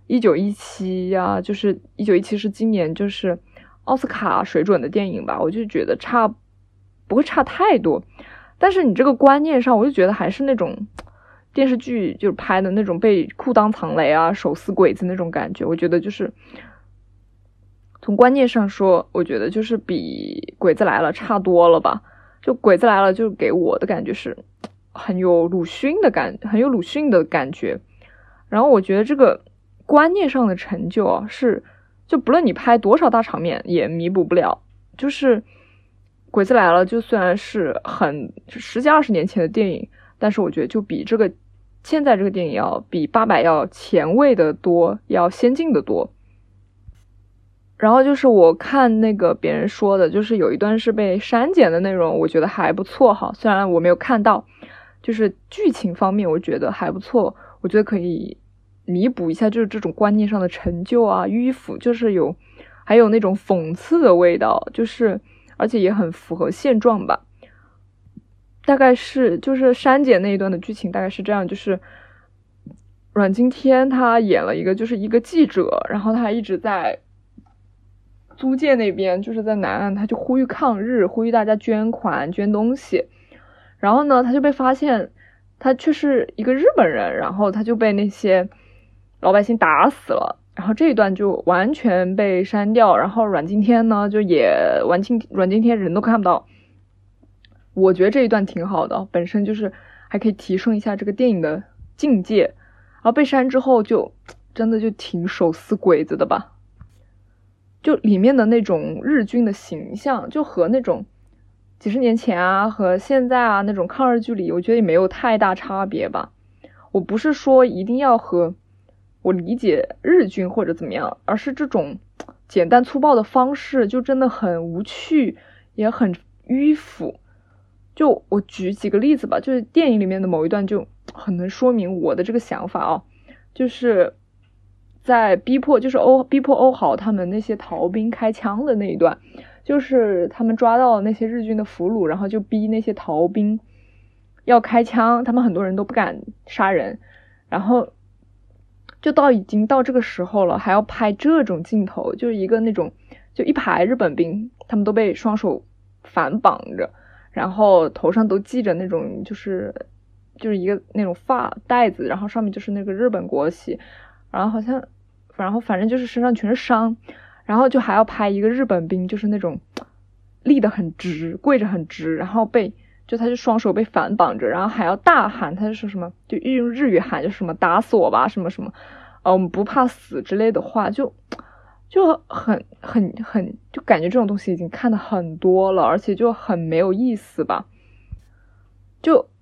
1917呀，就是1917是今年就是奥斯卡水准的电影吧，我就觉得不会差太多。但是你这个观念上，我就觉得还是那种电视剧就是拍的那种被裤裆藏雷啊手撕鬼子那种感觉。我觉得就是从观念上说，我觉得就是比鬼子来了差多了吧。就鬼子来了就给我的感觉是很有鲁迅的感觉。然后我觉得这个观念上的成就啊，就不论你拍多少大场面也弥补不了。就是鬼子来了就虽然是10几20年前的电影，但是我觉得就比现在这个电影要比八佰要前卫的多，要先进的多。然后就是我看那个别人说的，就是有一段是被删减的内容，我觉得还不错哈。虽然我没有看到，就是剧情方面我觉得还不错，我觉得可以弥补一下就是这种观念上的陈旧啊迂腐，就是还有那种讽刺的味道，就是而且也很符合现状吧。大概是就是删减那一段的剧情大概是这样，就是阮经天他演了一个就是一个记者，然后他一直在租界那边，就是在南岸，他就呼吁抗日，呼吁大家捐款捐东西。然后呢他就被发现他却是一个日本人，然后他就被那些老百姓打死了。然后这一段就完全被删掉，然后阮经天呢就阮经天人都看不到。我觉得这一段挺好的，本身就是还可以提升一下这个电影的境界。然后被删之后就真的就挺手撕鬼子的吧，就里面的那种日军的形象就和那种几十年前啊和现在啊那种抗日剧里我觉得也没有太大差别吧。我不是说一定要和我理解日军或者怎么样，而是这种简单粗暴的方式就真的很无趣也很迂腐。就我举几个例子吧，就是电影里面的某一段就很能说明我的这个想法啊，就是在逼迫欧豪他们那些逃兵开枪的那一段，就是他们抓到了那些日军的俘虏，然后就逼那些逃兵要开枪，他们很多人都不敢杀人，然后就已经到这个时候了，还要拍这种镜头，就是一个那种就一排日本兵，他们都被双手反绑着，然后头上都系着那种就是一个那种发带子，然后上面就是那个日本国旗，然后反正就是身上全是伤，然后就还要拍一个日本兵就是那种立得很直，跪着很直，然后他就双手被反绑着，然后还要大喊，他就说什么就用日语喊，就什么打死我吧什么什么不怕死之类的话，就很就感觉这种东西已经看得很多了，而且就很没有意思吧。就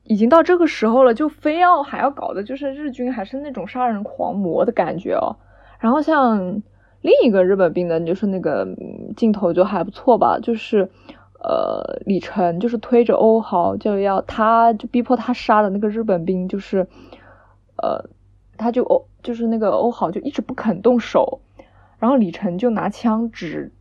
已经到这个时候了，就非要还要搞的就是日军还是那种杀人狂魔的感觉哦。然后像另一个日本兵的，就是那个镜头就还不错吧，就是李晨就是推着欧豪就逼迫他杀的那个日本兵，就是他就是那个欧豪就一直不肯动手，然后李晨就拿枪指，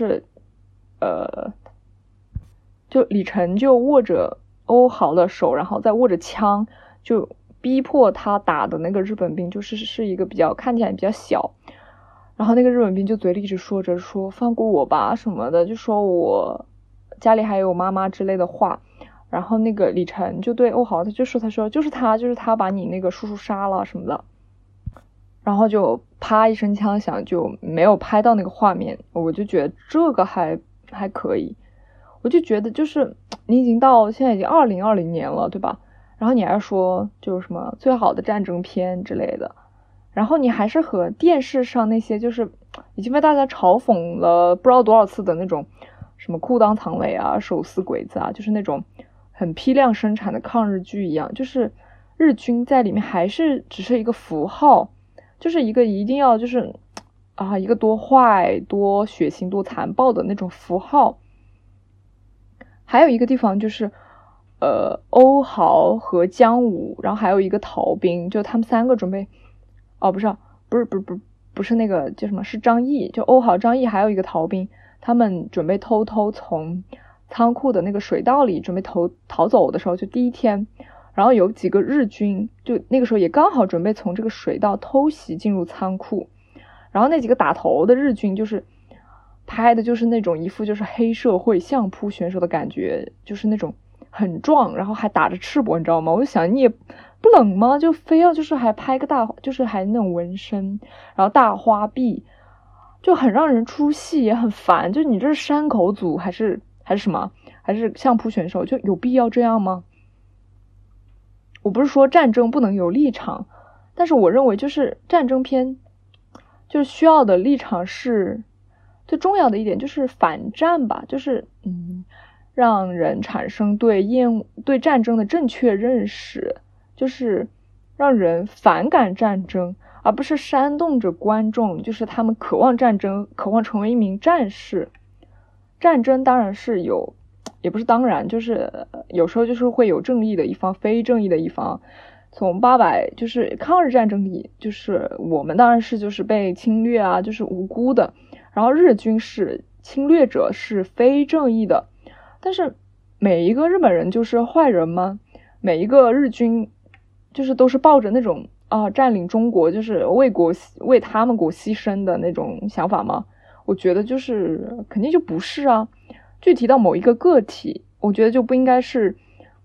就李晨就握着欧豪的手，然后再握着枪，就逼迫他打的那个日本兵，是一个看起来比较小，然后那个日本兵就嘴里一直说着说放过我吧什么的，就说我家里还有妈妈之类的话。然后那个李晨就对欧豪他说就是他把你那个叔叔杀了什么的，然后就啪一声枪响，就没有拍到那个画面。我就觉得这个还可以，我就觉得就是你现在已经2020年了，对吧？然后你还说就是什么最好的战争片之类的，然后你还是和电视上那些就是已经被大家嘲讽了不知道多少次的那种什么裤裆藏雷啊、手撕鬼子啊，就是那种很批量生产的抗日剧一样，就是日军在里面还是只是一个符号，就是一个一定要就是一个多坏、多血腥、多残暴的那种符号。还有一个地方就是欧豪和姜武，然后还有一个逃兵，就他们3个准备不是那个叫什么，是张译，就欧豪、张译还有一个逃兵，他们准备偷偷从仓库的那个水道里准备逃走的时候，就第一天，然后有几个日军就那个时候也刚好准备从这个水道偷袭进入仓库，然后那几个打头的日军就是拍的就是那种一副就是黑社会相扑选手的感觉，就是那种很壮，然后还打着赤膊，你知道吗？我就想你也不冷吗？就非要就是还拍个就是还那种纹身，然后大花臂，就很让人出戏，也很烦。就你这是山口组还是什么？还是相扑选手？就有必要这样吗？我不是说战争不能有立场，但是我认为就是战争片就是需要的立场是最重要的一点，就是反战吧，就是让人产生对战争的正确认识，就是让人反感战争，而不是煽动着观众，就是他们渴望战争，渴望成为一名战士。战争当然是也不是当然，就是有时候就是会有正义的一方，非正义的一方。从就是抗日战争里，就是我们当然是就是被侵略啊，就是无辜的，然后日军是侵略者，是非正义的。但是每一个日本人就是坏人吗？每一个日军就是都是抱着那种占领中国就是为他们国牺牲的那种想法吗？我觉得就是肯定就不是啊。具体到某一个个体，我觉得就不应该是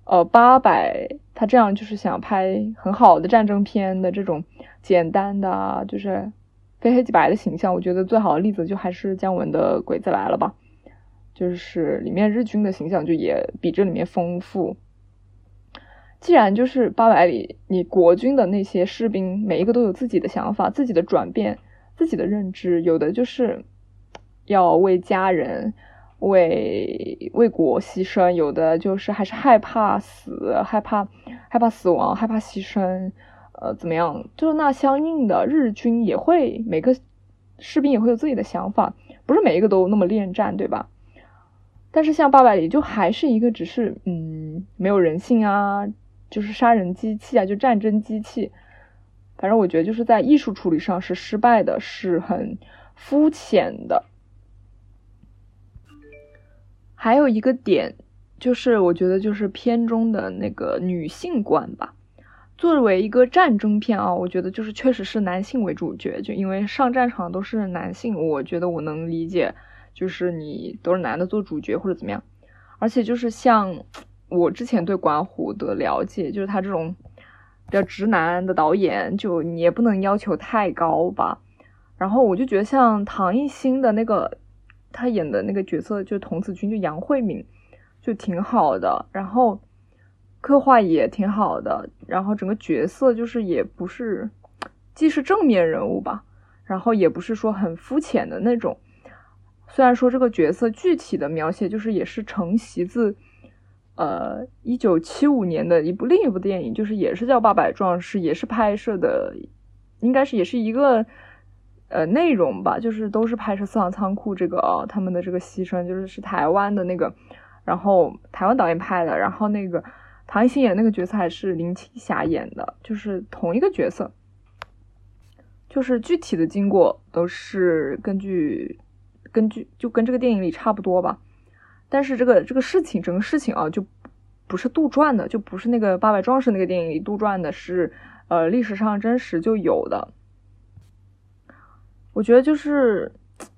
800他这样就是想拍很好的战争片的这种简单的就是非黑即白的形象。我觉得最好的例子就还是姜文的《鬼子来了》吧，就是里面日军的形象就也比这里面丰富。既然就是800里你国军的那些士兵每一个都有自己的想法、自己的转变、自己的认知，有的就是要为家人为国牺牲，有的就是还是害怕死，害怕死亡，害怕牺牲怎么样，就那相应的日军也会每个士兵也会有自己的想法，不是每一个都那么恋战，对吧？但是像800里就还是一个只是没有人性啊，就是杀人机器啊，就战争机器。反正我觉得就是在艺术处理上是失败的，是很肤浅的。还有一个点就是我觉得就是片中的那个女性观吧。作为一个战争片啊，我觉得就是确实是男性为主角，就因为上战场都是男性，我觉得我能理解，就是你都是男的做主角或者怎么样。而且就是像我之前对管虎的了解，就是他这种比较直男的导演，就你也不能要求太高吧。然后我就觉得像唐艺昕的那个他演的那个角色，就童子军，就杨慧敏，就挺好的，然后刻画也挺好的，然后整个角色就是也不是既是正面人物吧，然后也不是说很肤浅的那种。虽然说这个角色具体的描写就是也是承袭自 1975年的另一部电影，就是也是叫《八百壮士》，也是拍摄的，应该是也是一个内容吧，就是都是拍摄四行仓库这个他们的这个牺牲，就是台湾的那个，然后台湾导演拍的，然后那个唐艺昕演那个角色还是林青霞演的，就是同一个角色，就是具体的经过都是根据就跟这个电影里差不多吧。但是这个整个事情啊，就不是杜撰的，就不是那个八百壮士那个电影里杜撰的，是历史上真实就有的。我觉得就是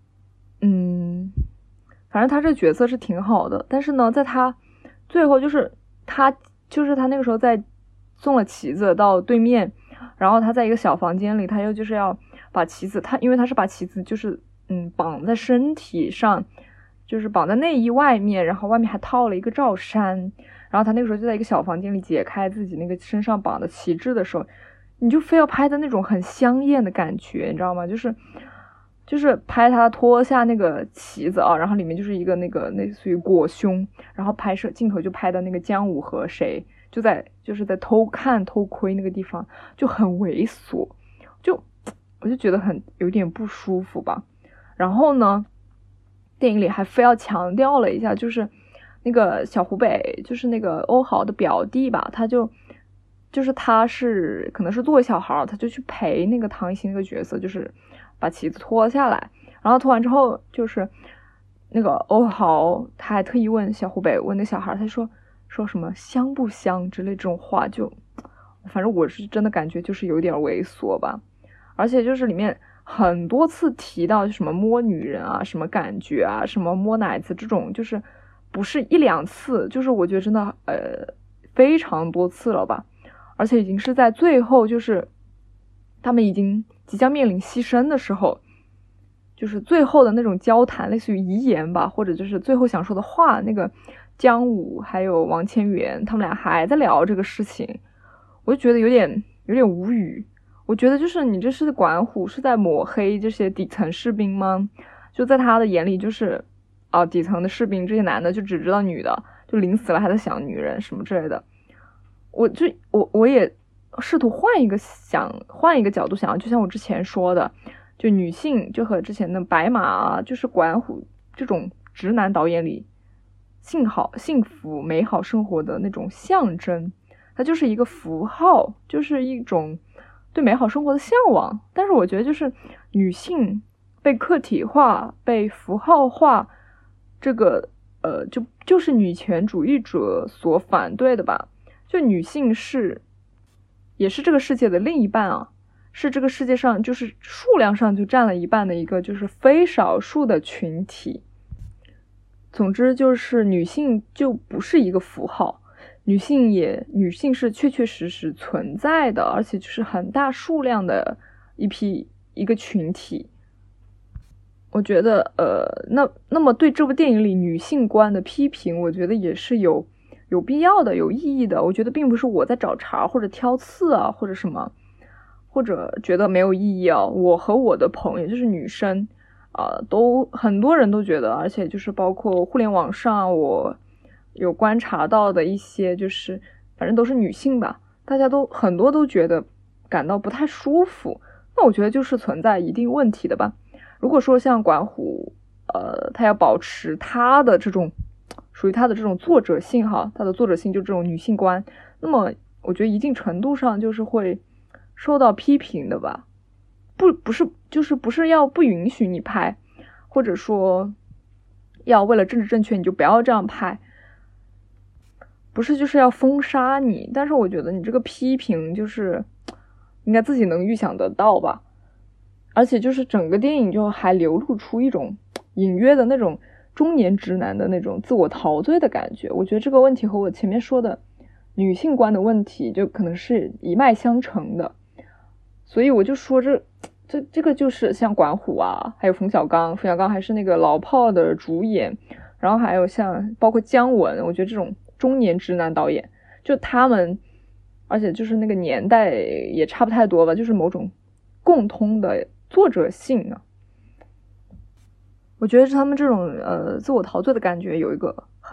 反正他这个角色是挺好的，但是呢，在他最后就是他那个时候在送了旗子到对面，然后他在一个小房间里，他又就是要把旗子，因为他是把旗子就是绑在身体上，就是绑在内衣外面，然后外面还套了一个罩衫，然后他那个时候就在一个小房间里解开自己那个身上绑的旗帜的时候，你就非要拍的那种很香艳的感觉，你知道吗？就是拍他脱下那个旗子啊，然后里面就是一个那个类似于裹胸，然后拍摄镜头就拍到那个姜武和谁就是在偷窥那个地方，就很猥琐，我就觉得有点不舒服吧。然后呢，电影里还非要强调了一下，就是那个小湖北，就是那个欧豪的表弟吧，就是他是可能是作为小孩，他就去陪那个唐艺昕那个角色，就是把旗子脱下来，然后脱完之后，就是那个欧豪他还特意问小湖北，问那小孩，他说什么香不香之类这种话，就反正我是真的感觉就是有点猥琐吧。而且就是里面很多次提到什么摸女人啊，什么感觉啊，什么摸奶子这种，就是不是一两次，就是我觉得真的非常多次了吧。而且已经是在最后，就是他们已经即将面临牺牲的时候，就是最后的那种交谈，类似于遗言吧，或者就是最后想说的话，那个姜武还有王千源他们俩还在聊这个事情，我就觉得有点无语。我觉得就是你这是管虎是在抹黑这些底层士兵吗？就在他的眼里，就是底层的士兵这些男的就只知道女的，就临死了还在想女人什么之类的。我也试图换一个角度想，就像我之前说的，就女性就和之前的白马啊，就是管虎这种直男导演里幸福美好生活的那种象征，它就是一个符号，就是一种对美好生活的向往。但是我觉得就是女性被客体化被符号化，这个就是女权主义者所反对的吧。就女性也是这个世界的另一半啊，是这个世界上就是数量上就占了一半的一个就是非少数的群体。总之就是女性就不是一个符号，女性是确确实实存在的，而且就是很大数量的一个群体。我觉得那么对这部电影里女性观的批评，我觉得也是有必要的，有意义的。我觉得并不是我在找茬或者挑刺啊，或者什么，或者觉得没有意义啊。我和我的朋友就是女生都很多人都觉得，而且就是包括互联网上我有观察到的一些，就是反正都是女性吧，大家都很多都觉得感到不太舒服。那我觉得就是存在一定问题的吧。如果说像管虎他要保持他的这种属于他的这种作者性哈，他的作者性就这种女性观，那么我觉得一定程度上就是会受到批评的吧。不是要不允许你拍，或者说要为了政治正确你就不要这样拍，不是就是要封杀你。但是我觉得你这个批评就是应该自己能预想得到吧。而且就是整个电影就还流露出一种隐约的那种中年直男的那种自我陶醉的感觉。我觉得这个问题和我前面说的女性观的问题就可能是一脉相承的。所以我就说这个就是像管虎啊，还有冯小刚还是那个老炮的主演，然后还有像包括姜文，我觉得这种中年直男导演，就他们，而且就是那个年代也差不太多吧，就是某种共通的作者性啊。我觉得他们这种自我陶醉的感觉有一个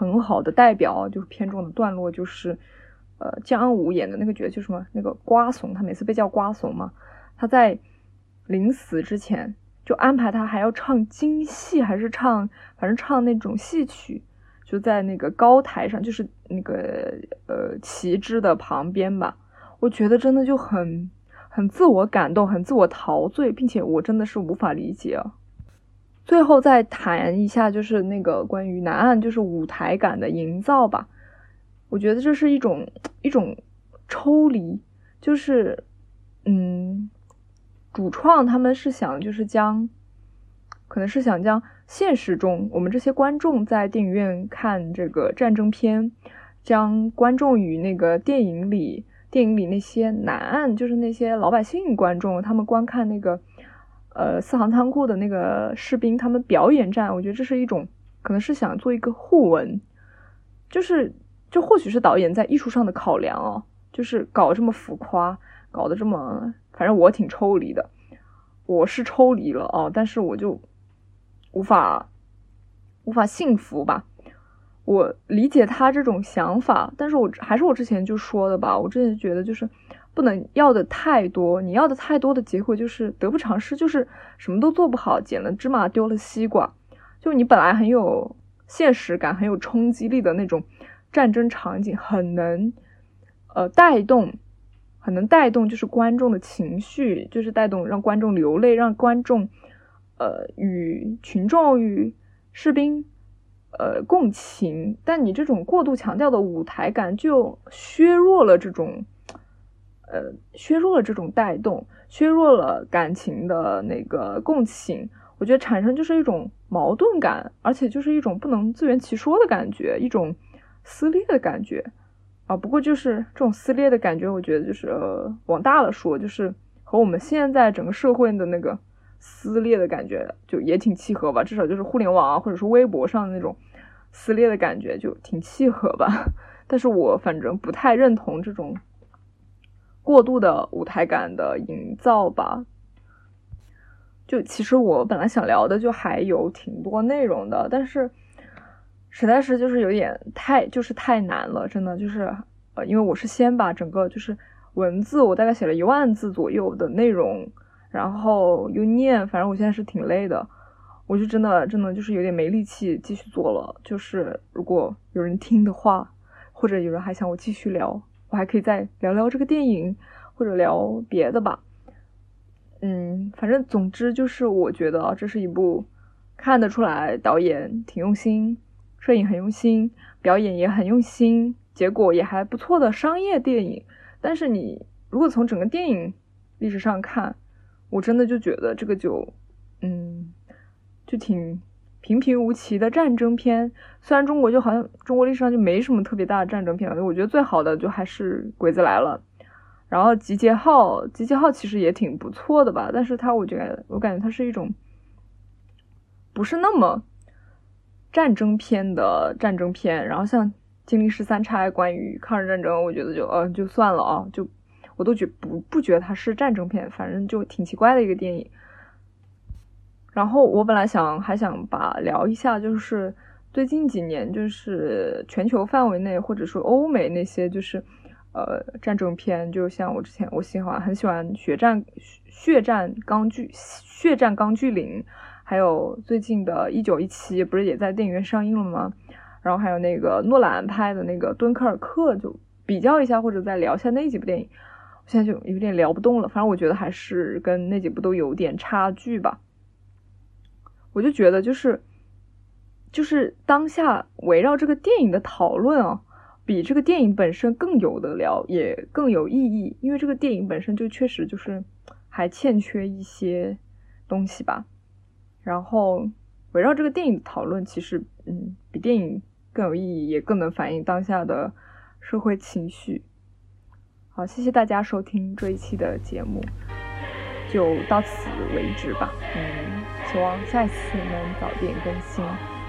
很好的代表，就是片中的段落，就是姜武演的那个角色，就什么那个瓜怂，他每次被叫瓜怂嘛，他在临死之前就安排他还要唱京戏，还是反正唱那种戏曲，就在那个高台上，就是那个旗帜的旁边吧。我觉得真的就很自我感动，很自我陶醉，并且我真的是无法理解啊。最后再谈一下，就是那个关于南岸就是舞台感的营造吧。我觉得这是一种抽离，就是主创他们是想就是可能是想将现实中我们这些观众在电影院看这个战争片，将观众与那个电影里那些南岸就是那些老百姓观众他们观看那个四行仓库的那个士兵他们表演战，我觉得这是一种可能是想做一个互文，就或许是导演在艺术上的考量哦，就是搞这么浮夸，搞得这么，反正我挺抽离的，我是抽离了哦，但是我就无法信服吧。我理解他这种想法，但是还是我之前就说的吧，我之前觉得就是不能要的太多，你要的太多的结果就是得不偿失，就是什么都做不好，捡了芝麻丢了西瓜。就你本来很有现实感，很有冲击力的那种战争场景，很能带动就是观众的情绪，就是带动让观众流泪，让观众与群众与士兵共情，但你这种过度强调的舞台感就削弱了这种带动，削弱了感情的那个共情，我觉得产生就是一种矛盾感，而且就是一种不能自圆其说的感觉，一种撕裂的感觉啊。不过就是这种撕裂的感觉，我觉得就是往大了说，就是和我们现在整个社会的那个撕裂的感觉就也挺契合吧，至少就是互联网啊或者是微博上的那种撕裂的感觉就挺契合吧。但是我反正不太认同这种过度的舞台感的营造吧。就其实我本来想聊的就还有挺多内容的，但是实在是就是有点太难了，真的就是因为我是先把整个就是文字我大概写了1万字左右的内容，然后又念，反正我现在是挺累的，我就真的就是有点没力气继续做了。就是如果有人听的话，或者有人还想我继续聊，我还可以再聊聊这个电影，或者聊别的吧。反正总之就是我觉得这是一部看得出来导演挺用心，摄影很用心，表演也很用心，结果也还不错的商业电影。但是你如果从整个电影历史上看，我真的就觉得这个就挺平平无奇的战争片。虽然中国历史上就没什么特别大的战争片了，我觉得最好的就还是《鬼子来了》，然后集结号其实也挺不错的吧，但是我感觉它是一种不是那么战争片的战争片。然后像《金陵十三钗》关于抗日战争，我觉得就算了啊，就我都不觉得它是战争片，反正就挺奇怪的一个电影。然后我本来还想聊一下，就是最近几年就是全球范围内或者说欧美那些就是战争片，就像我很喜欢血战钢锯岭，还有最近的1917不是也在电影院上映了吗？然后还有那个诺兰拍的那个敦刻尔克，就比较一下或者再聊一下那几部电影。我现在就有点聊不动了，反正我觉得还是跟那几部都有点差距吧。我就觉得就是当下围绕这个电影的讨论啊，比这个电影本身更有得聊，也更有意义，因为这个电影本身就确实就是还欠缺一些东西吧。然后围绕这个电影的讨论，其实比电影更有意义，也更能反映当下的社会情绪。好，谢谢大家收听这一期的节目，就到此为止吧。希望下一次能早点更新。